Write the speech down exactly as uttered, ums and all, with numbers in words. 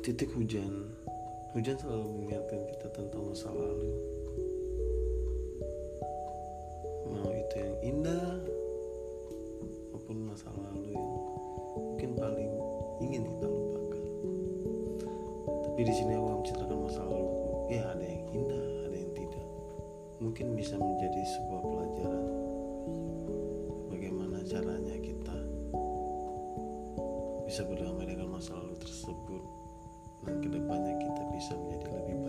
titik hujan. Hujan selalu mengingatkan kita tentang masa lalu, mau itu yang indah maupun masa lalu yang mungkin paling ingin kita lupakan. Tapi di sini aku menceritakan masa lalu, ya ada yang indah, ada yang tidak. Mungkin bisa menjadi sebuah pelajaran bagaimana caranya kita bisa berdamai dengan masa lalu tersebut, dan kedepannya kita bisa menjadi lebih